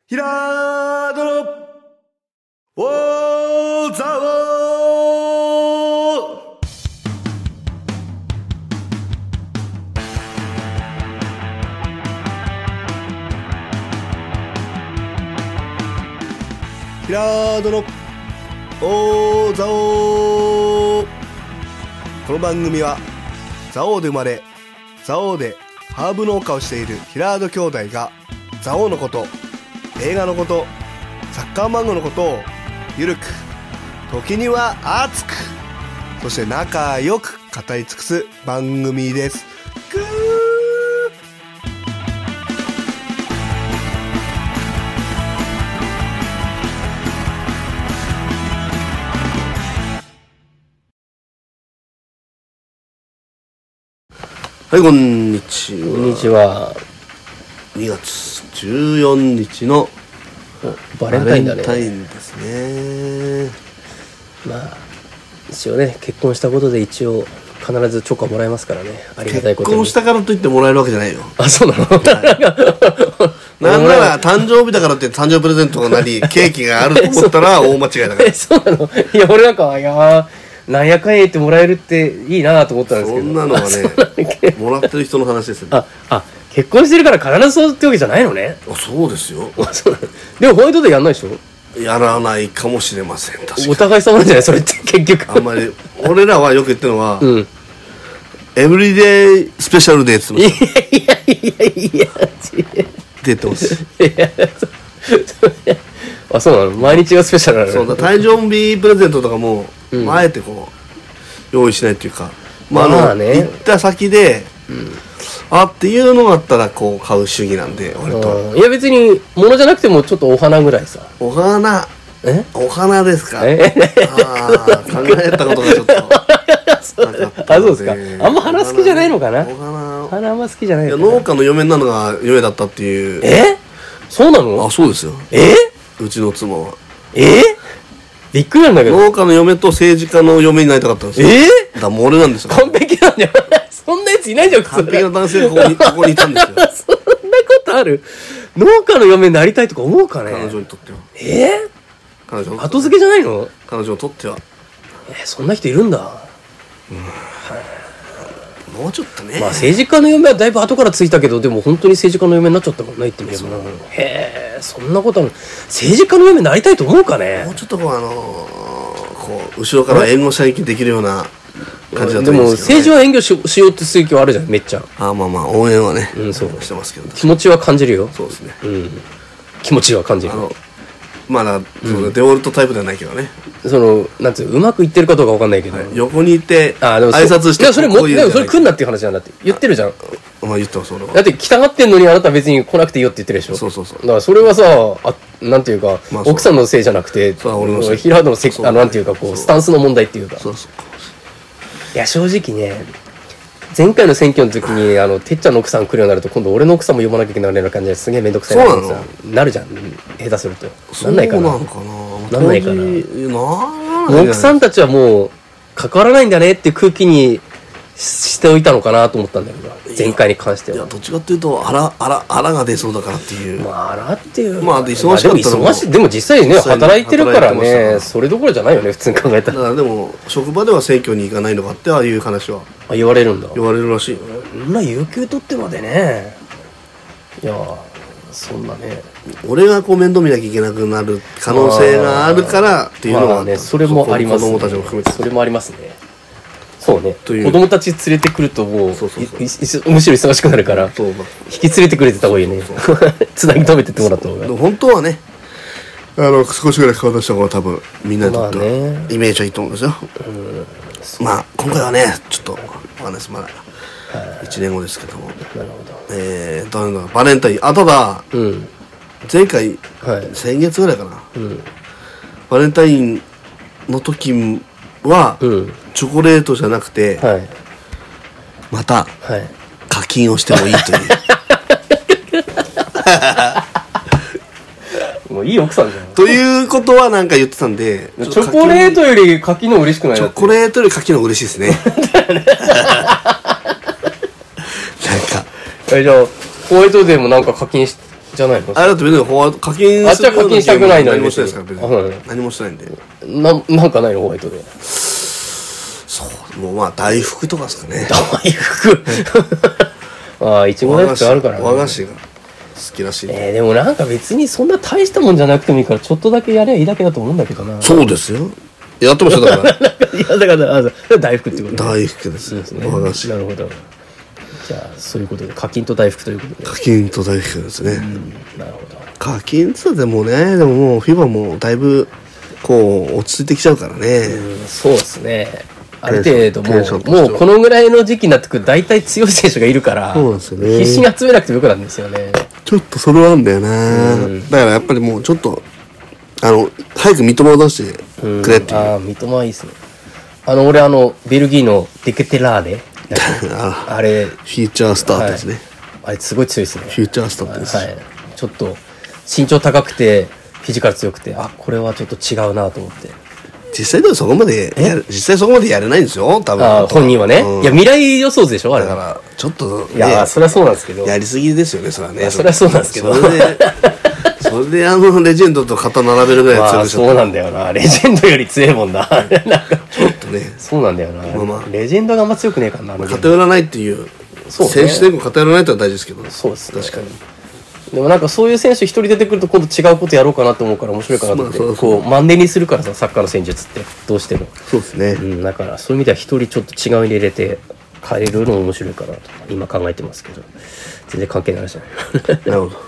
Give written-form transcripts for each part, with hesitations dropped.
平戸の大沢平戸の大沢。この番組は蔵王で生まれ蔵王でハーブ農家をしている平戸兄弟が蔵王のこと、映画のこと、サッカー漫画のことをゆるく、時には熱く、そして仲良く語り尽くす番組です。はい、こんにちは。 こんにちは。 2月14日のバレンタインだね。 バレンタインですね。 まあ一応ね、結婚したことで一応必ずチョコはもらえますからね。ありがたいことに。 結婚したからといってもらえるわけじゃないよ。 あ、そうなの？ なんなら誕生日だからって誕生日プレゼントがなりケーキがあると思ったら大間違いだから。 そうなの？いや、俺なんか、いやなんやかんや言ってもらえるっていいなと思ったんですけど。 そんなのはね、もらってる人の話ですよね。 結婚してるから必ずそうってわけじゃないのね。 そうですよ。 そうなの。でもホワイトデーやんないでしょ？ やらないかもしれません。確かにお互い様なんじゃないそれって結局。 あんまり俺らはよく言ってるのは、 うん。 エブリデイスペシャルデーって言ってます。 いやって言ってます。 あ、そうなの？毎日がスペシャルなの？ そうだ、誕生日プレゼントとかも、あえてこう用意しないっていうか、まあね、行った先で、っていうのがあったらこう買う主義なんで、割と。 いや別に物じゃなくてもちょっとお花ぐらいさ。 お花ですか？考えたことがちょっとそうですか。あんま花好きじゃないのかな。花あんま好きじゃない。 いや、農家の嫁になるのが夢だったっていう。 そうなの？ あ、そうですよ。うちの妻は。 びっくりなんだけど。 農家の嫁と政治家の嫁になりたかったんですよ。だからもう俺なんですよ。 完璧なんじゃないそんなやついないじゃん、 完璧な男性がここにいたんですよ。 そんなことある？農家の嫁になりたいとか思うかね？ 彼女にとっては。彼女後付けじゃないの？ 彼女にとっては。 そんな人いるんだ。 もうちょっとね。 まあ政治家の嫁はだいぶ後からついたけど、でも本当に政治家の嫁になっちゃったもんね、言ってみれば。そんなことある。政治家の嫁になりたいと思うかね？ もうちょっとこう後ろから援護射撃できるような感じだと思うんですけど、ね。でも政治は援護しようって水気はあるじゃん、めっちゃ。 まあ応援はね、 そうしてますけど。 気持ちは感じるよ。 そうですね。 気持ちは感じる。 まだデフォルトタイプではないけどね。 なんつううまくいってるかどうかわかんないけど、 横にいて挨拶して、 それ来んなっていう話なんだって言ってるじゃん。 まあ言ってます俺は。 だって来たがってんのにあなた別に来なくていいよって言ってるでしょ。 そう。 だからそれはさ、なんていうか奥さんのせいじゃなくて、平戸のなんていうかこうスタンスの問題っていうか。いや正直ね、前回の選挙の時にてっちゃんの奥さん来るようになると今度俺の奥さんも呼ばなきゃいけないような感じですげえめんどくさいなってさなるじゃん。下手するとなんないかな。なんないかな。奥さんたちはもう関わらないんだねっていう空気にしておいたのかなと思ったんだけど、前回に関しては。 いやどっちかっていうとあらが出そうだからっていう。 あらっていう。 忙しかったのも。 でも実際にね働いてるからね、それどころじゃないよね普通に考えたら。 だからでも職場では選挙に行かないのかっていう話は言われるんだ。 言われるらしいよね。 そんな有給取ってまでね。いやそんなね、 俺がこう面倒見なきゃいけなくなる可能性があるからっていうのがね、それもありますね。 子供たちも含めてそれもありますね。そうね。 子供たち連れてくるともうむしろ忙しくなるから引き連れてくれてた方がいいね。つなぎ止めてってもらった方が。 本当はね、少しぐらい顔出した方が多分みんなにとってはイメージはいいと思うんですよ。まあ今回はねちょっとお話まだ1年後ですけども。なるほど。バレンタインただ前回先月ぐらいかな、バレンタインの時はチョコレートじゃなくてまた課金をしてもいいというもういい奥さんじゃんということはなんか言ってたんで、 チョコレートより課金の嬉しくない？ チョコレートより課金の嬉しいですね。なんかじゃあホワイトデーもなんか課金しじゃないの？ あれだって別にホワイト課金する課金したくないのに何もしてないですから別に。何もしてないんで。 なんかないのホワイトで。 そう、もうまあ大福とかですかね。 大福ああ、いちご大福あるからね。 和菓子が好きらしい。 でもなんか別にそんな大したもんじゃなくてもいいからちょっとだけやればいいだけだと思うんだけどな。 そうですよ。やってましただから。 いやだから大福ってことね。 大福ですね。和菓子。 なるほど。じゃあそういうことで課金と大福ということで。 課金と大福ですね。 なるほど。 課金ってでもね、でももう FIFA もだいぶこう落ち着いてきちゃうからね。 そうですね。ある程度もうこのぐらいの時期になってくると大体強い選手がいるから、 そうなんですよね。 必死に集めなくてもよくなるんですよね。 ちょっとそれはあるんだよな。だからやっぱりもうちょっと早く三笘を出してくれっていう。 ああ、三笘いいっすね。俺ベルギーのデケテラーデあれフューチャースターですね。 あれすごい強いですね。 フューチャースターです。 はい。ちょっと身長高くてフィジカル強くて、これはちょっと違うなと思って。 実際ではそこまでやれないんですよ多分。 本人はね。いや未来予想でしょあれ。 だからちょっといやそれはそうなんですけど。 やりすぎですよねそれはね。 それはそうなんですけど。 それでレジェンドと肩並べるぐらい強いでしょ。 そうなんだよな。レジェンドより強いもんな。 ちょっとね。 そうなんだよな。レジェンドがあんま強くねえからな。 偏らないっていう。選手でも偏らないってのは大事ですけど。 そうですね。 確かに。 でもなんかそういう選手一人出てくると今度違うことやろうかなと思うから面白いかなと思って、こうマンネリにするからさ、サッカーの戦術ってどうしても。 そうですね。 だからそういう意味では一人ちょっと違うに入れて変えれるのも面白いかなと今考えてますけど、全然関係ないじゃない。 なるほど。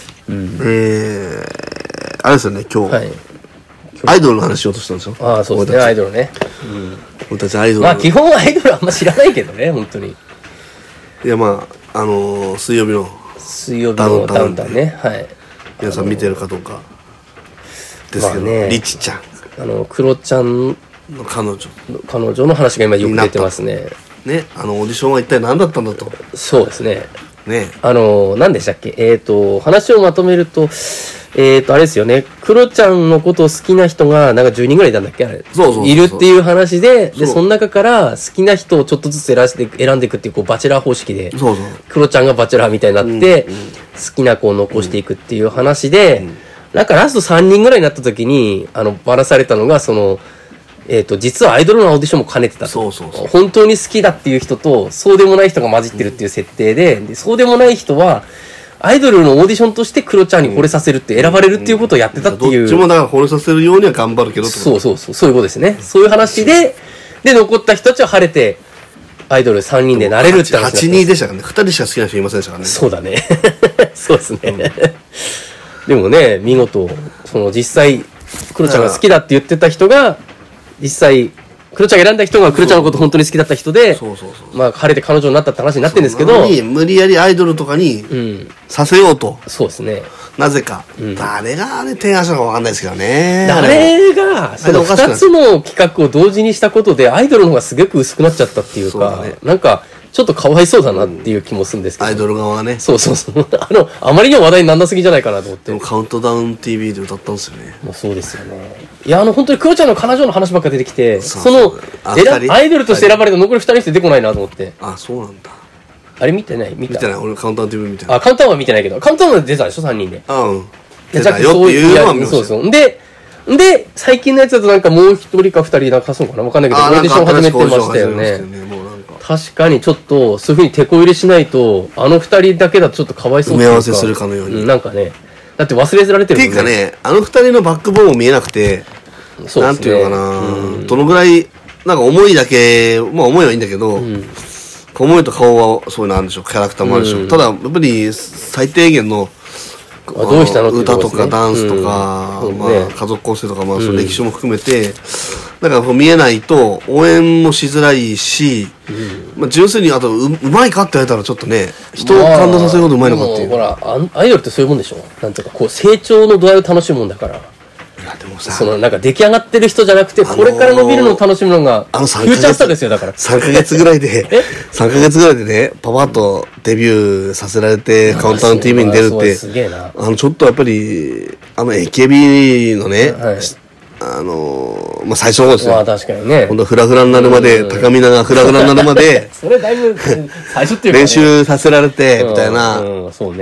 あれですよね今日。アイドルの話しようとしたんですよ。 ああそうですね、アイドルね。 俺たちアイドル。 まあ基本アイドルあんま知らないけどね本当に。 いやまあ水曜日のダウンタウンね。はい。 皆さん見てるかどうかですけど、リチちゃんクロちゃんの彼女の話が今よく出てますね。 ね、オーディションは一体何だったんだと。 そうですね。 ね、 何でしたっけ、話をまとめると、あれですよね、クロちゃんのことを好きな人がなんか10人ぐらいいたんだっけあれ。 そういるっていう話で、その中から好きな人をちょっとずつ選んでいくっていう、こうバチェラー方式で、クロちゃんがバチェラーみたいになって、好きな子を残していくっていう話で、なんかラスト3人ぐらいになった時に、ばらされたのが、実はアイドルのオーディションも兼ねてたと。本当に好きだっていう人と、そうでもない人が混じってるっていう設定で、そうでもない人は、アイドルのオーディションとしてクロちゃんに惚れさせるって選ばれるっていうことをやってたっていう。 どっちもだから惚れさせるようには頑張るけど。 そういうことですね。そういう話で、残った人たちは晴れて、アイドル3人でなれるって話。 8人でしたからね。2人しか好きな人いませんでしたからね。 そうだね。そうですね。でもね、見事、実際、クロちゃんが好きだって言ってた人が、実際、クロちゃんが選んだ人がクロちゃんのこと本当に好きだった人で、まあ、晴れて彼女になったって話になってるんですけど、 無理やりアイドルとかにさせようと。 そうですね。 なぜか。誰がね、提案したのかわかんないですけどね。 誰が、その2つの企画を同時にしたことで、アイドルの方がすごく薄くなっちゃったっていうか、なんか、ちょっとかわいそうだなっていう気もするんですけど。 アイドル側がね。 そう。あまりにも話題にならなすぎじゃないかなと思って。 でもカウントダウン TV で歌ったんですよね。 まあそうですよね。いや、本当にクロちゃんの彼女の話ばっか出てきて、アイドルとして選ばれた残り2人して出てこないなと思って。 あ、そうなんだ。 あれ見てない。 俺カウントダウン TV 見てない。 カウントダウンは見てないけど、カウントダウンで出たでしょ、3人で。 出たよっていうのは見ました。 そう。で、最近のやつだとなんかもう1人か2人なんかそうかなわかんないけど、オーディション始めてましたよね。確かにちょっとそういう風に手こ入れしないと2人だけだとちょっとかわいそう埋め合わせするかのように、 なんかね、だって忘れられてるもんね。っていうかね、2人のバックボーンも見えなくて、なんていうのかな、どのぐらいなんか思いだけ、まあ思いはいいんだけど、思いと顔はそういうのあるんでしょ、キャラクターもあるでしょ。ただやっぱり最低限のどうしたの歌とかダンスとか、家族構成とか、その歴史も含めて、だから見えないと応援もしづらいし、純粋にあとうまいかって言われたらちょっとね、人を感動させるほどうまいのかっていう。 ほら、アイドルってそういうもんでしょ。なんていうかこう成長の度合いを楽しむもんだから。 いやでもさ、 なんか出来上がってる人じゃなくて、これから伸びるのを楽しむのがフューチャースターですよ。だから 3ヶ月ぐらいでね、パパッとデビューさせられてカウントダウン TV に出るって、ちょっとやっぱりAKB のね、最初の方ですよ。 まあ確かにね。 ほんとフラフラになるまで、高見菜がフラフラになるまで、 それだいぶ最初っていうか、 練習させられてみたいな。 そうね。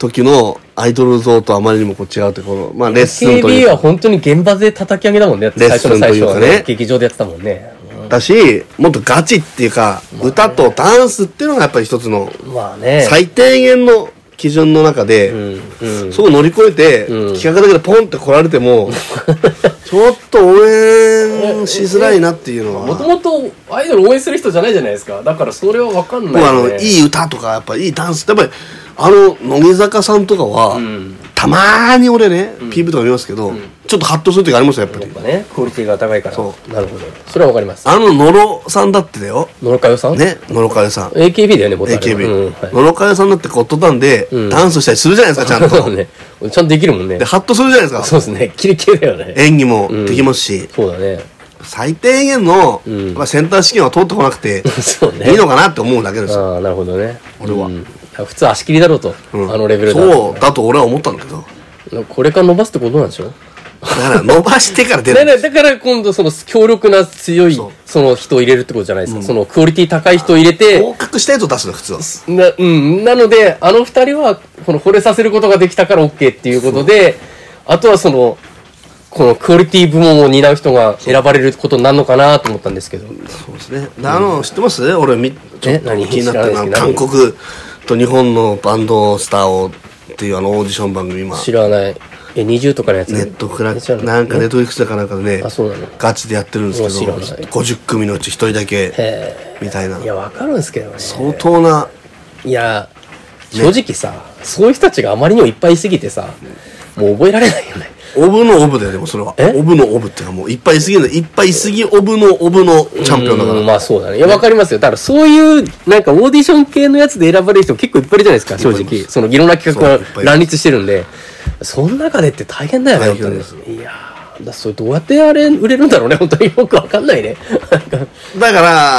時のアイドル像とあまりにもこう違うってこの、まあレッスンという AKB は本当に現場で叩き上げだもんね。最初の最初はね。劇場でやってたもんね。 だし、もっとガチっていうか、歌とダンスっていうのがやっぱり一つの、最低限の基準の中で、そう乗り越えて、企画だけでポンって来られても、ちょっと応援しづらいなっていうのは。 もともとアイドル応援する人じゃないじゃないですか。だからそれは分かんないよね。 いい歌とか、やっぱいいダンスって、やっぱり、乃木坂さんとかは、たまーに俺ね、PV とか見ますけど、ちょっとハッとする時ありますよ、やっぱり。 やっぱね、クオリティが高いから。そう。なるほど。それはわかります。 野呂さんだってだよ。 野呂佳代さんね、野呂佳代さん。 AKB だよね、ボタン。 AKB。野呂佳代さんだってゴッドタンで、ダンスしたりするじゃないですか、ちゃんと。 そうね。ちゃんとできるもんね。 で、ハッとするじゃないですか。 そうですね。キレキレだよね。 演技もできますし。 そうだね。 最低限の、センター試験は通ってこなくて、いいのかなって思うだけですよ。 ああ、なるほどね。 俺は。 普通足切りだろうと、レベルだそうだと俺は思ったんだけど。 これから伸ばすってことなんでしょ。 だから伸ばしてから出る。 だから今度その強力な強いその人を入れるってことじゃないですか。そのクオリティ高い人を入れて。 合格したやつを出すの普通は。 なので、二人はこの惚れさせることができたから OK っていうことで、あとはこのクオリティ部門を担う人が選ばれることになるのかなと思ったんですけど。 そうですね。知ってます？俺ちょっと気になってる韓国と日本のバンドスターをっていうオーディション番組今。 知らない。20とかのやつ。 ネットフリックスだかなんかでね、ガチでやってるんですけど、50組のうち1人だけみたいな。 いや、わかるんですけどね。 相当な。 いや、正直さ、そういう人たちがあまりにもいっぱいいすぎてさ、もう覚えられないよね。 オブのオブだよ、でもそれは。オブのオブっていうかもういっぱいいすぎるいっぱいいすぎオブのチャンピオンだから。 まあそうだね。いや、わかりますよ。だからそういう、なんかオーディション系のやつで選ばれる人結構いっぱいいるじゃないですか、正直。そのいろんな企画が乱立してるんで。その中でって大変だよね、本当に。いやー、それどうやって売れるんだろうね、本当によくわかんないね。 だから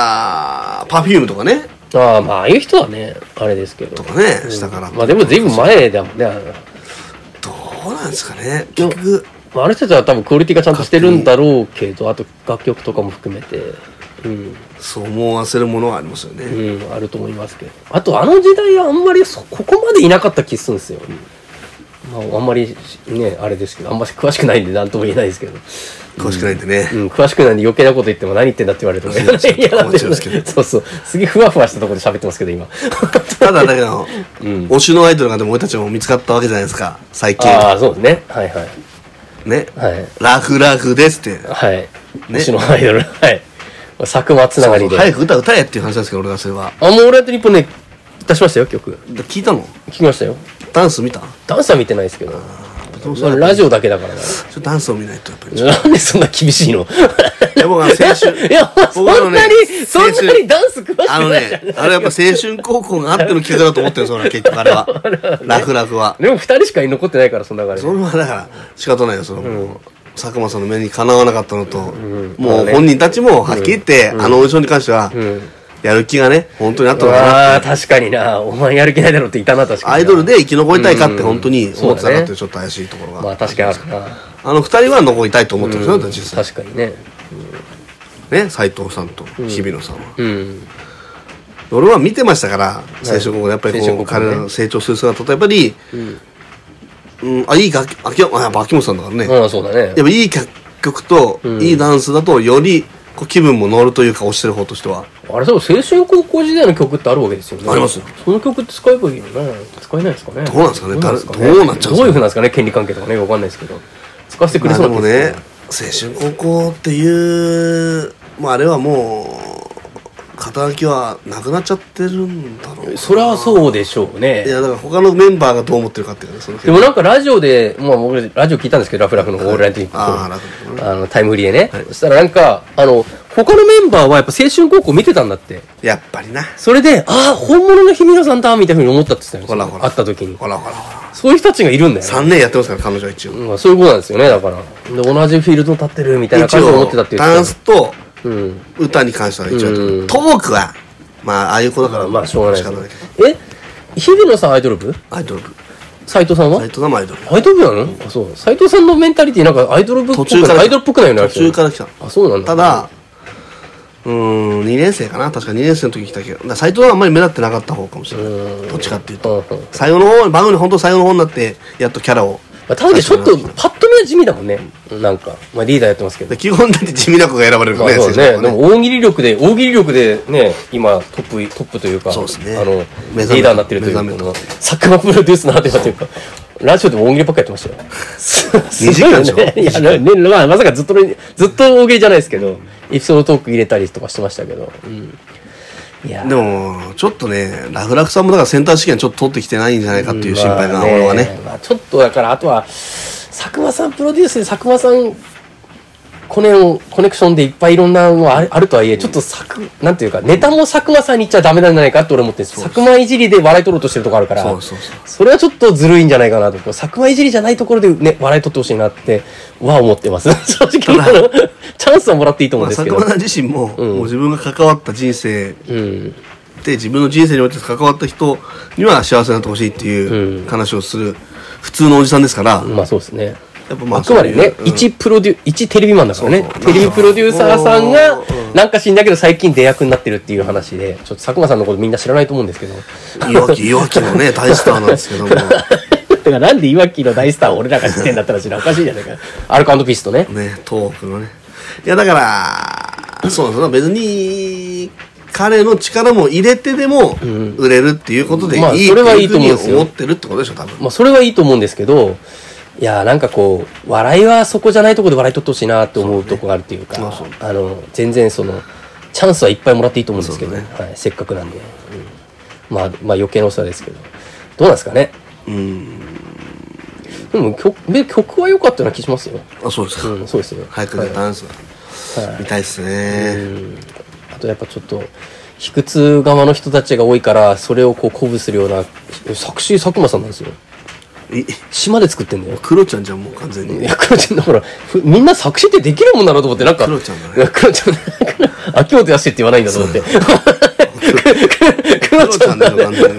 、Perfume とかね。 ああ、まあ、ああいう人はね、あれですけど。 とかね、下から。 まあでも随分前だもんね。 どうなんですかね、結局。 あの人たちは多分クオリティがちゃんとしてるんだろうけど、あと楽曲とかも含めて。 そう思わせるものはありますよね。 あると思いますけど。あとあの時代はあんまりここまでいなかった気するんですよ。まあ、あんまりね、あれですけど、あんまり詳しくないんで何とも言えないですけど。 詳しくないんでね。 詳しくないんで余計なこと言っても何言ってんだって言われても嫌なんですけど。そうそう。すげえふわふわしたところで喋ってますけど、今。 ただだけど、推しのアイドルがでも俺たちも見つかったわけじゃないですか、最近。 ああ、そうですね。はいはい。 ね。はい。ラフですって。 はい。推しのアイドル。はい。佐久間つながりで。 早く歌えっていう話なんですけど、俺がそれは。 もう俺やって日本ね、出しましたよ、曲。 聞いたの？ 聞きましたよ。 ダンス見た？ ダンスは見てないですけど。ラジオだけだからね。 ダンスを見ないとやっぱり。 なんでそんな厳しいの？ いや、僕は青春。 いや、そんなにダンス詳しくないじゃん。 あれやっぱ青春高校があっての企画だと思ってるんですよ、結局あれは。ラフは。 でも2人しか残ってないから、その中で。 それはだから仕方ないよ、佐久間さんの目にかなわなかったのと、もう本人たちもはっきり言って、オーディションに関しては、やる気がね、本当にあったのかなって。 確かにな。お前やる気ないだろって言ったな、確かに。 アイドルで生き残りたいかって本当に思ってたなってちょっと怪しいところが。 まあ確かにあるな。 二人は残りたいと思ってるんですよ、実際。 確かにね。 ね、斉藤さんと日比野さんは。俺は見てましたから、青春高校でやっぱり彼らの成長する姿と、やっぱり、いい秋元さんだからね。 そうだね。 やっぱいい曲と、いいダンスだと、より、気分も乗るというか、推してる方としては。 あれ、青春高校時代の曲ってあるわけですよね。 ありますよ。 その曲って使えばいいのね。使えないですかね。 どうなんですかね。どうなっちゃうんですかね。 どういうふうなんですかね、権利関係とかね、わかんないですけど。使わせてくれそうな気がする。青春高校っていう、あれはもう、肩書きはなくなっちゃってるんだろう。 それはそうでしょうね。 いや、だから他のメンバーがどう思ってるかっていうかね。 でもなんかラジオで、僕ラジオ聞いたんですけど、ラフのオールナイトニッポン。タイムフリーでね。そしたらなんか、他のメンバーはやっぱ青春高校見てたんだって。 やっぱりな。 それで、本物の日比野さんだみたいなふうに思ったって言ってたよ。会った時に。そういう人たちがいるんだよ。 3年やってますから、彼女は一応。 そういうことなんですよね、だから。で、同じフィールドに立ってるみたいな感じで思ってたっていう。 ダンスと、歌に関しては一応、トークは、ああいう子だから、 まあ、しょうがないけど。日比野さんアイドル部？ アイドル部。 斉藤さんは？ 斉藤さんもアイドル部。 アイドル部なの？そう。斉藤さんのメンタリティなんかアイドル部っぽくないよね。 途中から来た。 そうなんだ。 ただ、 2年生かな、確か2年生の時来たけど、斎藤はあんまり目立ってなかった方かもしれない。どっちかっていうと。最後の方、番組本当最後の方になって、やっとキャラを。 まあ、多分ちょっと、パッと見は地味だもんね。なんか、まあリーダーやってますけど。 基本だって地味な子が選ばれるからね。 そうね。でも大喜利力でね、今トップというか、 そうですね。 リーダーになってるというか、佐久間プロデュースなってというか、ラジオでも大喜利ばっかやってましたよ。 2時間でしょ。 いや、ね、まさかずっと大喜利じゃないですけど、エピソードトーク入れたりとかしてましたけど。 いやでもちょっとね、ラフラクさんもだからセンター試験ちょっと取ってきてないんじゃないかっていう心配が、俺はね、 まあ、ちょっとだからあとは佐久間さんプロデュースで佐久間さんコネクションでいっぱいいろんなのあるとはいえ、ちょっとなんていうかネタも佐久間さんに言っちゃダメなんじゃないかって俺思ってるんです。佐久間いじりで笑い取ろうとしてるとこあるから、それはちょっとずるいんじゃないかなと。佐久間いじりじゃないところでね笑い取ってほしいなっては思ってます。正直チャンスはもらっていいと思うんですけど、 佐久間自身も、もう自分が関わった人生で、自分の人生において関わった人には幸せになってほしいっていう話をする普通のおじさんですから、 まあそうですね。 やっぱまああくまでね、一テレビマンだからね。テレビプロデューサーさんがなんか知んだけど最近出役になってるっていう話で、ちょっと佐久間さんのことみんな知らないと思うんですけど、 いわきのね大スターなんですけどもだからなんでいわきの大スターを俺らが知ってんだったら知らん、おかしいじゃないか。アルコ&ピースとね、 東北のね。いやだからそうなんですよ、別に彼の力も入れてでも売れるっていうことでいいっていうふうに思ってるってことでしょ多分。 まあそれはいいと思うんですけど、いやなんかこう笑いはそこじゃないところで笑い取ってほしいなって思うところがあるっていうか、全然そのチャンスはいっぱいもらっていいと思うんですけど、ね、はい、せっかくなんで、まあ余計なお世話ですけど、どうなんですかね。でも曲は良かったような気しますよ。 あ、そうですか。 そうですよ。 早くね、ダンスが見たいですね。 あとやっぱちょっと卑屈側の人たちが多いから、それをこう鼓舞するような作詞佐久間さんなんですよ。島で作ってんだよ。 クロちゃんじゃんもう完全に。 いやクロちゃんだからみんな作詞ってできるもんだなと思って、なんかクロちゃんだね。 クロちゃん秋元康って言わないんだと思って。 クロちゃんだよ完全に。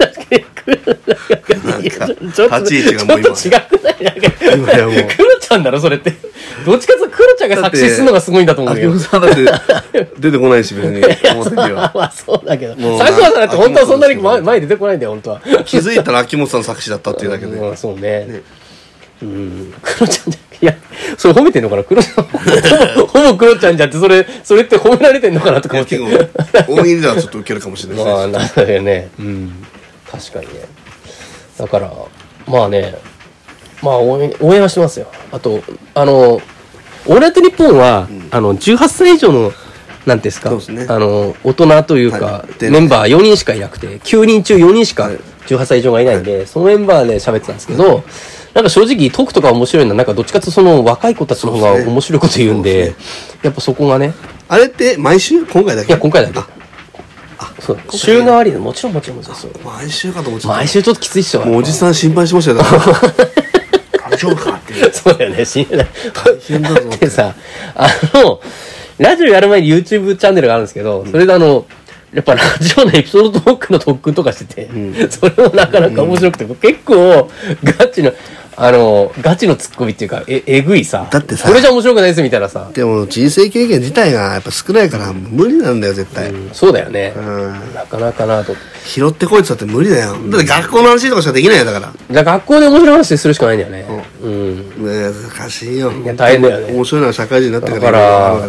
立ち位置がもう今ちょっと違くない？なんかクロちゃんだろそれって。どっちかというとクロちゃんが作詞するのがすごいんだと思うんだけど。 秋元さんだって出てこないし別に表には。 まあそうだけど。佐久間さんだって本当はそんなに前出てこないんだよ本当は。 気づいたら秋元さん作詞だったっていうだけで。 そうね。クロちゃんじゃいやそれ褒めてんのかな、クロちゃん。ほぼクロちゃんじゃってそれって褒められてんのかなとか思って。 大喜利ではちょっと受けるかもしれない。 まあなんだよね。確かにね。だからまあね、まあ応援はしてますよ。あとオールナイトニッポンは18歳以上のなんですか、大人というかメンバー4人しかいなくて、9人中4人しか18歳以上がいないんで、そのメンバーで喋ってたんですけど、なんか正直トークとか面白いのはなんかどっちかというとその若い子たちの方が面白いこと言うんで、やっぱそこがね。 あれって毎週今回だけ？ いや今回だけ。そう週替わりでもちろんそう。 毎週かと思っちゃった。 毎週ちょっときついっしょ。 もうおじさん心配しましたよ。大丈夫かって。 そうだよね。大変だぞ。 ってさ、ラジオやる前に YouTube チャンネルがあるんですけど、それでやっぱラジオのエピソードトークの特訓とかしてて、それもなかなか面白くて、結構ガチのツッコミっていうか、えぐいさ。だってさ、これじゃ面白くないですみたいなさ。 でも人生経験自体がやっぱ少ないから無理なんだよ絶対。 そうだよね。なかなかなと。 拾ってこいって言ったって無理だよ。だって学校の話とかしかできないよだから。 じゃあ学校で面白い話するしかないんだよね。 難しいよ。 いや大変だよね。 面白いのは社会人になってから。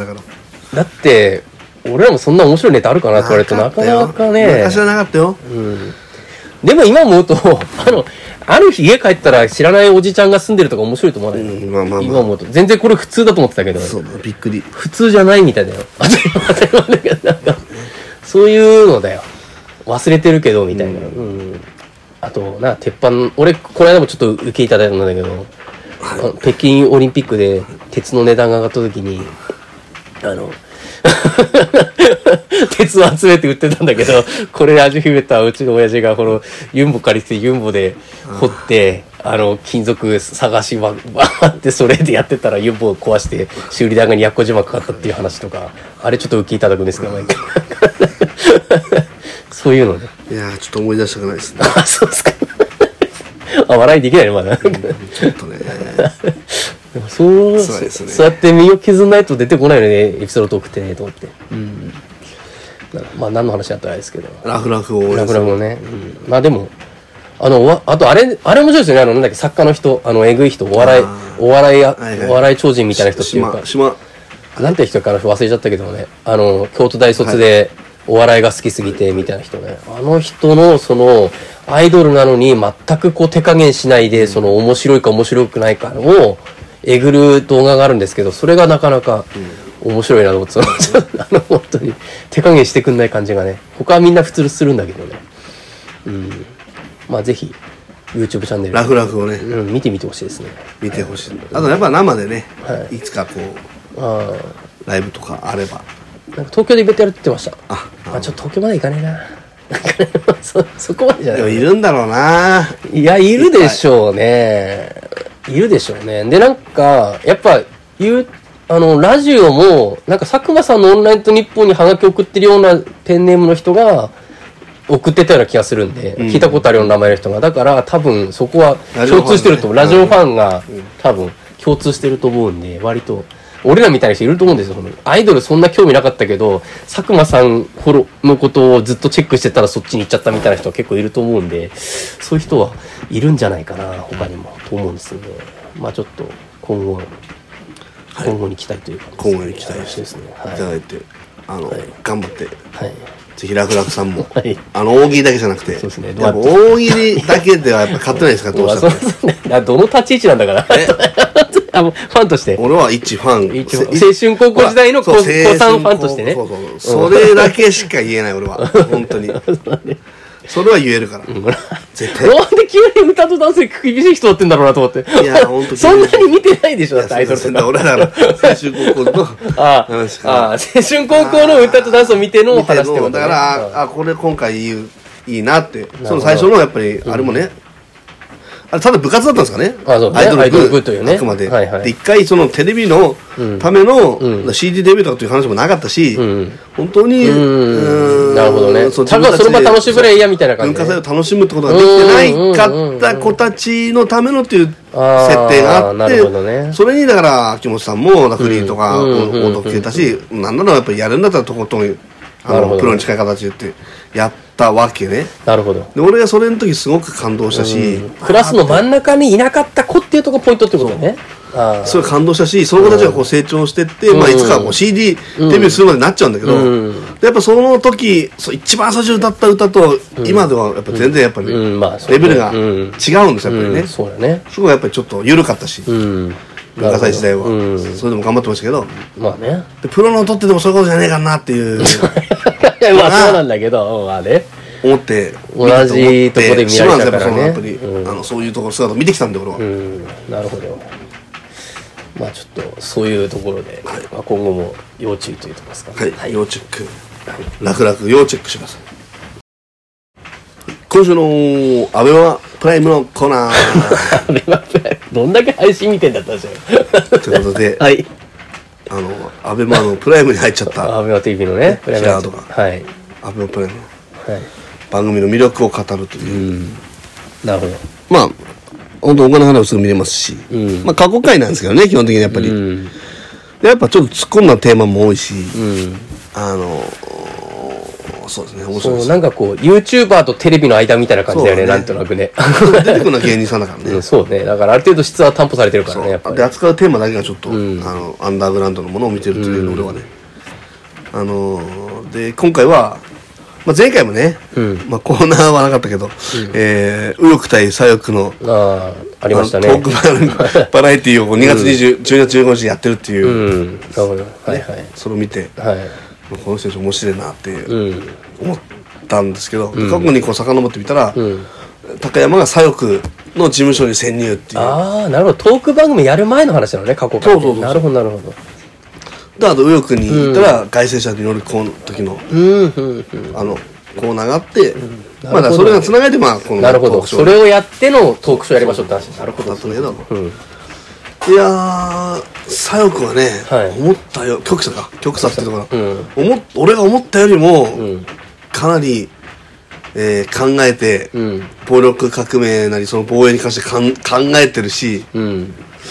だって俺らもそんな面白いネタあるかなって言われるとなかなかね。 昔はなかったよ。 でも今思うとある日家帰ったら知らないおじちゃんが住んでるとか面白いと思わない。今思うと全然これ普通だと思ってたけど。 そうびっくり。 普通じゃないみたいだよ。当たり前だけどなんかそういうのだよ。忘れてるけどみたいな。あと鉄板、俺この間もちょっと受けいただいたんだけど、北京オリンピックで鉄の値段が上がった時に鉄を集めて売ってたんだけど、これ味増えたうちの親父がこのユンボ借りてユンボで掘って金属探しバーってそれでやってたらユンボを壊して修理代が250万かかったっていう話とか、あれちょっと受けいただくんですけどそういうので、 いやちょっと思い出したくないですね。 そうですか。笑いできないねまだ。 ちょっとね。 そうやって身を削んないと出てこないよね、エピソードトークってね、と思って。まあ何の話だったらあれですけど。 ラフラフをね。まあでも、あとあれ面白いですよね、なんだっけ、作家の人、えぐい人、お笑い超人みたいな人っていうか、なんて人か忘れちゃったけどね、京都大卒でお笑いが好きすぎてみたいな人ね、あの人のそのアイドルなのに全くこう手加減しないで、その面白いか面白くないかをえぐる動画があるんですけど、それがなかなか面白いなと思って、本当に手加減してくんない感じがね、他はみんな普通するんだけどね。まあぜひ YouTube チャンネルラフをね、 見てみてほしいですね。 見てほしい。あとやっぱ生でね、いつかこうライブとかあれば、 なんか東京でイベントやるって言ってました。ちょっと東京まで行かねえな。そこまでじゃない。 でもいるんだろうな。 いや、いるでしょうね。で、なんかやっぱラジオもなんか佐久間さんのオンラインと日本にハガキ送ってるようなペンネームの人が送ってたような気がするんで、聞いたことあるような名前の人が、だから多分そこは共通してると、ラジオファンが多分共通してると思うんで、割と俺らみたいな人いると思うんですよ。アイドルそんな興味なかったけど、佐久間さんのことをずっとチェックしてたらそっちに行っちゃったみたいな人は結構いると思うんで、そういう人はいるんじゃないかな、他にもと思うんですよね。まあちょっと今後に期待というか、 今後に期待してですね、いただいて、頑張って、ぜひラフさんも、大喜利だけじゃなくて、大喜利だけではやっぱ勝てないですから、どうしたら。 どの立ち位置なんだからファンとして。 俺は一ファン。 青春高校時代の高3ファンとしてね。 それだけしか言えない、俺は。本当に。それは言えるから。 絶対。なんで急に歌とダンスに厳しい人だってんだろうなと思って。いや、本当に。そんなに見てないでしょ、だってアイドルとか。 俺らの青春高校の話から。 青春高校の歌とダンスを見ての話ってことだから、これ今回いいなって。その最初のやっぱり、あれもね、ただ部活だったんですかね、 アイドル部というね、 あくまで。で、一回そのテレビのための CD デビューとかという話もなかったし、本当に、 なるほどね。その場楽しむぐらいやみたいな感じ。 文化祭を楽しむってことができてないかった子たちのためのっていう設定があって、それにだから秋元さんもフリーとか音楽消えたし、なんならやっぱりやるんだったらとことんプロに近い形でってやったわけね。 なるほど。 で俺がそれの時すごく感動したし、 クラスの真ん中にいなかった子っていうところポイントってことね。 すごい感動したし、その子たちがこう成長してって、いつかこう CD デビューするまでになっちゃうんだけど、やっぱその時一番最初に歌った歌と今ではやっぱ全然やっぱりレベルが違うんですよ、やっぱりね。 そうだね。 すごいやっぱりちょっと緩かったし、文化祭時代はそれでも頑張ってましたけど、 まあね。 プロの音ってでもそういうことじゃねえかなっていう。 まあそうなんだけど、まあね。 思って同じとこで見られたからね。 そういうところ姿を見てきたんで俺は。 なるほど。まあちょっとそういうところで今後も要注意というところですかね。 はい、要チェック。楽々要チェックしてください。今週のアベマプライムのコーナー。 アベマプライムどんだけ配信見てんだったんですよ。 ということで、 はい。 アベマのプライムに入っちゃった。 アベマ TV のね、 プライムとか。はい。アベマプライムの番組の魅力を語るという。 なるほど。 まあ本当お金払うすぐ見れますし、まあ過去回なんですけどね、基本的にやっぱり。でやっぱちょっと突っ込んだテーマも多いし、そうですね、面白いです。 なんかこう YouTuber とテレビの間みたいな感じだよね、なんとなくね。 出てくるのは芸人さんだからね。 そうね、だからある程度質は担保されてるからね、やっぱり。 で扱うテーマだけがちょっとアンダーグラウンドのものを見てるという俺はね。で今回は。前回もね、コーナーはなかったけど、右翼対左翼のありましたね。 トークバラエティーを2月12月15日にやってるっていう、 なるほど、はいはい、 それを見て、この選手面白いなって思ったんですけど、過去にこう遡ってみたら、高山が左翼の事務所に潜入っていう。 ああ、なるほど、トーク番組やる前の話なのね、過去から。なるほどなるほど。 であと右翼に行ったら凱旋者に乗り込む時のコーナーがあって、まだそれがつながってこのトークショー、それをやってのトークショーやりましょうって話。なるほど。 だったんだけど、いや左翼はね、思ったよ、極左っていうところ、俺が思ったよりもかなり考えて、暴力革命なりその防衛に関して考えてるし、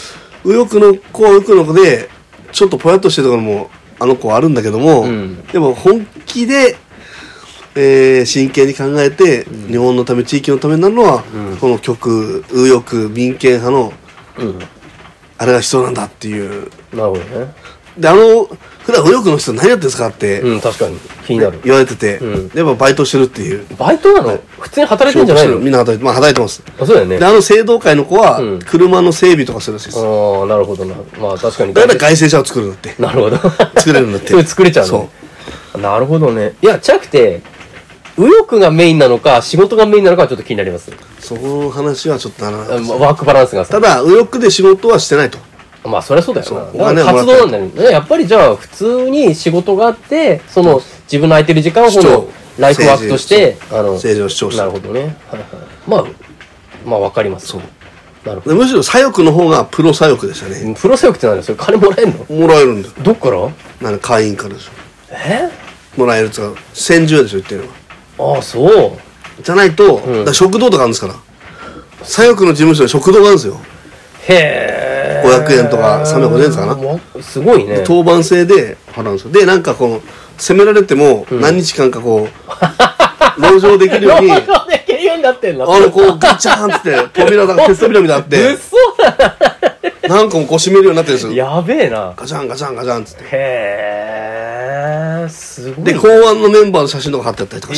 右翼の子は右翼の子でちょっとぽやっとしてるところもあの子はあるんだけども、でも本気で、真剣に考えて、日本のため地域のためになるのは、この極右翼民権派の、あれが必要なんだっていう。 なるほどね。 で普段右翼の人何やってんですかって、 確かに気になる言われてて、やっぱバイトしてるっていう。 バイトなの？普通に働いてるんじゃないの？ みんな働いてます。 あ、そうだよね。 で青道会の子は車の整備とかするらしいです。 ああ、なるほどな。まあ確かに。 だから外製車を作るんだって。 なるほど。 作れるんだって。 それ作れちゃうの。そう。なるほどね。いや、じゃなくて右翼がメインなのか仕事がメインなのかはちょっと気になります。 その話はちょっとならない。 ワークバランスがさ。 ただ右翼で仕事はしてないと。 まあそりゃそうだよな。だから活動なんだよね。やっぱりじゃあ普通に仕事があってその自分の空いてる時間をこのライフワークとして政治を主張して。 なるほどね。まあわかります。そう。なるほど。 むしろ左翼の方がプロ左翼でしたね。 プロ左翼って何ですよ。金もらえるの？ もらえるんだよ。 どっから？ 会員からでしょ。もらえるっていうか先住でしょ言ってるのは。 ああそう。 じゃないと、食堂とかあるんですから。左翼の事務所に食堂があるんですよ。 へえ。 500円とか350円かな。 すごいね。 当番制で払うんですよ。でなんかこの責められても何日間かこう籠城できるように。 籠城できるようになってんの。 こうガチャーンって扉が鉄扉みたいになって。 嘘だ。 何個もこう閉めるようになってるんですよ。 やべえな。 ガチャンガチャンガチャンっつって。 へえ。すごい。 で公安のメンバーの写真とか貼ってあったりとかして。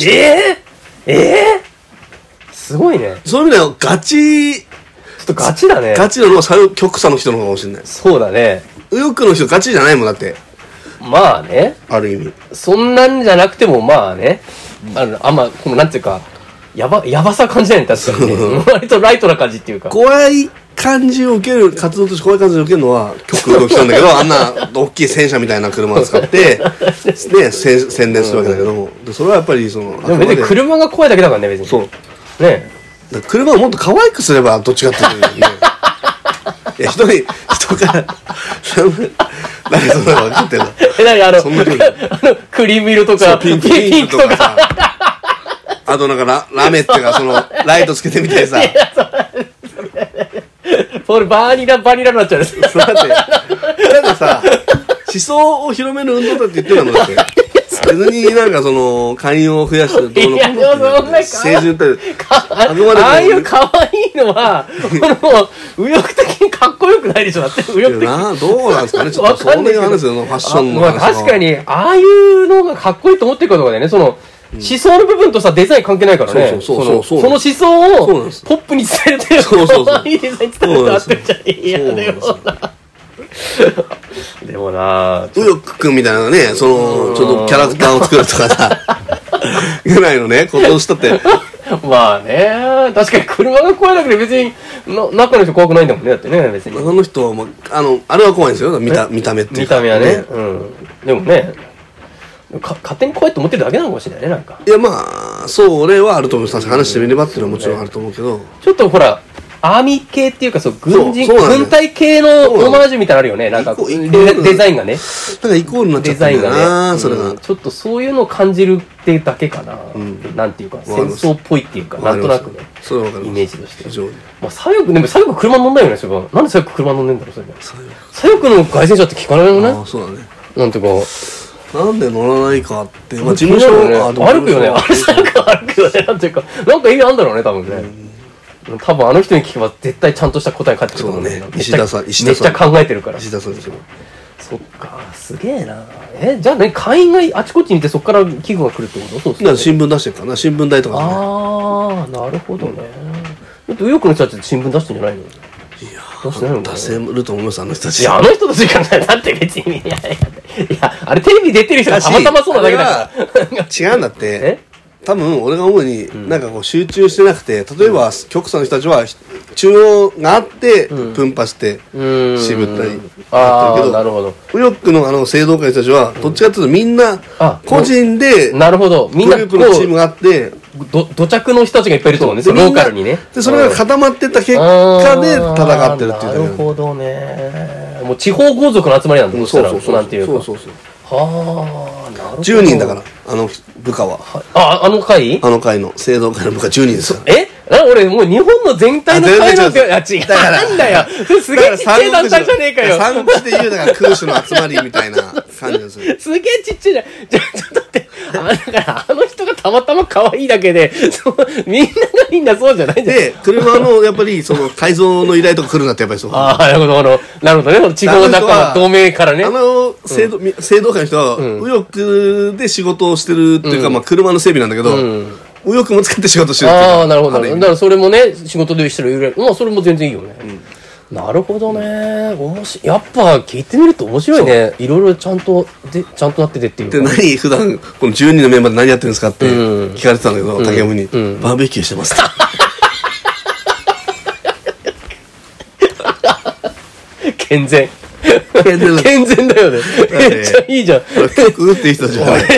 すごいね。 そういう意味ではガチ。 ちょっとガチだね。 ガチなのは極左の人の方かもしれない。 そうだね。 右翼の人ガチじゃないもんだって。 まあね。 ある意味。 そんなんじゃなくてもまあね。あんまこのなんていうかやばさ感じないね確かにね。割とライトな感じっていうか。 怖い感じを受ける活動として怖い感じを受けるのは極右の人なんだけどあんな大きい戦車みたいな車を使ってね宣伝するわけだけど、それはやっぱりその。 でも別に車が怖いだけだからね別に。そう。ね。 車をもっと可愛くすればどっちかっていうね。いや人から何そんなの分かってんの。 クリーム色とかピンクとかさ。あとなんかラメっていうかそのライトつけてみたいさ。 それバニラになっちゃう。だってさ思想を広める運動だって言ってるのだって。別になんかその会員を増やしてるどうのこうの政治ってああいう可愛いのは右翼的にかっこよくないでしょ。だって右翼的にどうなんですかね。ちょっとそういう話ですよファッションの話。 確かにああいうのがかっこいいと思ってるかどうかでね。その思想の部分とさデザイン関係ないからね。その思想をポップに伝えるというかいいデザイン伝えると合ってるじゃん。いやでもなでもな右翼くんみたいなねそのちょっとキャラクターを作るとかさぐらいのねことをしたってまあね確かに車が怖いだけで別に中の人怖くないんだもんねだってね別に。 中の人はあれは怖いんですよ見た目っていうか。 見た目はね。でもね勝手に怖いと思ってるだけなのかもしれないねなんか。 いやまあそれはあると思います。話してみればっていうのはもちろんあると思うけど、 ちょっとほらアーミー系っていうか軍隊系のオマージュみたいなのあるよね。なんかデザインがね。 なんかイコールになっちゃったんだなそれが。 ちょっとそういうのを感じるってだけかな。なんていうか戦争っぽいっていうかなんとなくねイメージとして。まあ左翼でも左翼車乗んないよねそれは。なんで左翼車乗んねんだろうそれ。左翼の外旋車って聞かないよね。 ああそうだね。 なんていうか。 なんで乗らないかって、まあ事務所歩くよね。あれ左翼歩くよね。なんていうかなんか意味あるんだろうね多分ね。多分あの人に聞けば絶対ちゃんとした答え返ってくると思うんだよね。 石田さんめっちゃ考えてるから。 石田さんですよ。 そっかすげえな。じゃあね会員があちこちにいてそこから寄付が来るってこと？そうですね。 新聞出してるからな新聞代とかね。 ああなるほどね。だって右翼の人たち新聞出してんじゃないの？いや出せると思いますあの人たち。 いやあの人たちがだって別にいやあれテレビ出てる人がたまたまそうなだけだから違うんだって。多分俺が思うになんかこう集中してなくて例えば極左の人たちは中央があって分派して渋ったりあるけどなるほど右翼の政道会の人たちはどっちかというとみんな個人でなるほどみんなグループのチームがあって土着の人たちがいっぱいいると思うんですよローカルにね。 でそれが固まってった結果で戦ってるっていう。 なるほどね。もう地方豪族の集まりなんだ。そうなんていうか。はあなるほど。 10人だから部下は。 あの会の政道会の部下10人ですから。 俺もう日本の全体の会のって、違うんだよ。すげえちっちゃい団体じゃねえかよ。 産地で言うだから空種の集まりみたいな感じですすげえちっちゃいじゃん。ちょっと待って。だからあの人がたまたま可愛いだけで、みんなそうじゃないんだよ。 で、車のやっぱりその改造の依頼とか来るなってやっぱりそう。 ああ、なるほどね。地方の中の同盟からね。 製造会の人は、右翼で仕事をしてるっていうか、まあ車の整備なんだけど、右翼も使って仕事してるっていうか。 ああ、なるほど。だからそれもね、仕事でしてる。まあそれも全然いいよね。なるほどね。やっぱ聞いてみると面白いね。いろいろちゃんとなっててっていうか。 で、普段、この10人のメンバーで何やってるんですかって聞かれてたんだけど、竹山に、バーベキューしてます。 健全だよね。めっちゃいいじゃん。 曲っていう人じゃない。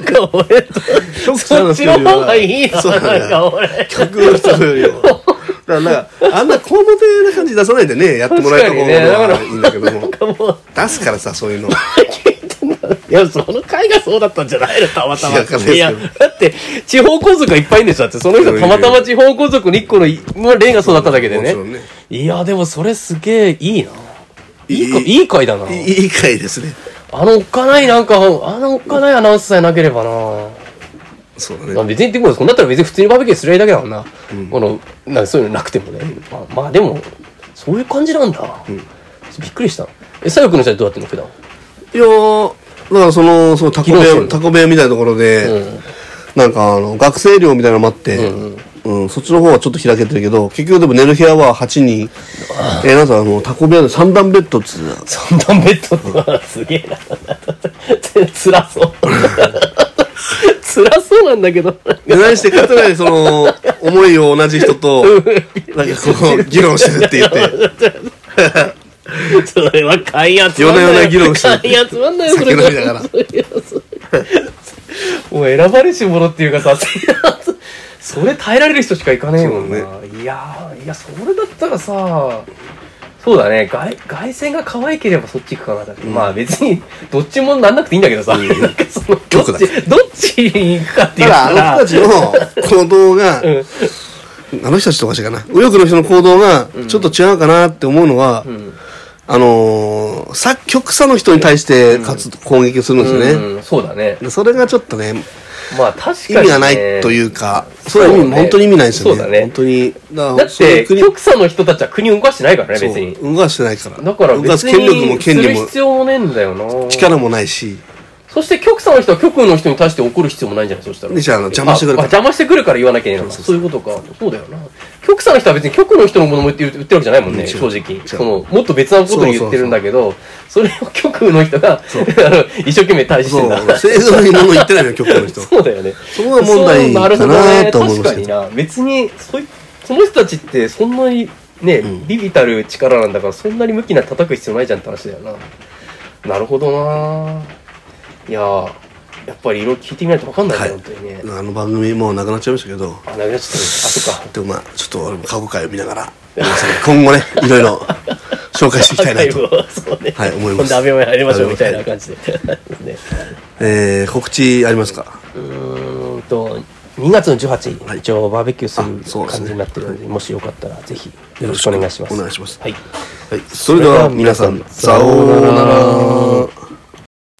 そっちの方がいいな。なんか俺。 曲の人よりも。だからあんなコード的な感じ出さないでね、やってもらえた方がいいんだけども。出すからさ、そういうの。 いや、その回がそうだったんじゃないの、たまたま。いや、だって、地方皇族がいっぱいいるんでしょ。だって、その人たまたま地方皇族の一個の例がそうだっただけでね。いや、でもそれすげえいいな。いい回だな。 いい回ですね。 おっかないアナウンスさえなければな。 そうだね。 別に言ってこい。そんだったら別に普通にバーベキューするだけだもんな。そういうのなくてもね。まあでも、そういう感じなんだ。びっくりした。左翼の人はどうやってんの普段？ いやー、だからそのタコ部屋みたいなところで、なんか学生寮みたいなのもあって、そっちの方はちょっと開けてるけど、結局でも寝る部屋は8人。なんかタコ部屋で3段ベッドっつう。 3段ベッドってすげえな。辛そう。辛そうなんだけど。 何してかとないその、思いを同じ人と、なんかこう、議論してるって言って。 それは買い集まんだよ。 夜な夜な議論してる。 買い集まんだよ、 それ。酒飲みながら。 もう選ばれし者っていうかさ、それ耐えられる人しか行かねえもんね。いや、それだったらさ、そうだね、凱旋が可愛ければそっち行くかな。まあ別に、どっちもなんなくていいんだけどさ、なんかその、どっちに行くかっていうか。 ただ、あの人たちの行動が、あの人たちとかしかな、右翼の人の行動が、ちょっと違うかなって思うのは、極左の人に対して攻撃するんですよね。 そうだね。 それがちょっとね、 まあ確かに、 意味がないというか、それは本当に意味ないですよね。そうだね。本当に。 だって、極左の人たちは国を動かしてないからね、別に。 動かしてないから。 だから別に、権力も権利もする必要もねえんだよな。 力もないし。 そして極左の人は極右の人に対して怒る必要もないんじゃないそしたら。 じゃあ邪魔してくるから。 邪魔してくるから言わなきゃいけないのか。そういうことか。そうだよな。極左の人は別に極右の人のものも言ってるわけじゃないもんね、正直。もっと別なことに言ってるんだけど、それを極右の人が、一生懸命対峙してんだ。 正当にもの言ってないのよ、極右の人。 そうだよね。 そこが問題かなと思いました。 確かにな。別に、その人たちってそんなにね、ビビたる力なんだから、そんなに向きな叩く必要ないじゃんって話だよな。なるほどな。いややっぱりいろいろ聞いてみないと分かんないね、本当にね。 あの番組もうなくなっちゃいましたけど。 なくなっちゃった。そっか。 でもまあ、ちょっと俺も過去回を見ながら、今後ね、いろいろ紹介していきたいなと。はい、思います。 今度アベマに入りましょうみたいな感じで。告知ありますか ？2月の18日、一応バーベキューする感じになってるので、もしよかったらぜひよろしくお願いします。 お願いします。 はい。 それでは皆さん、さようなら。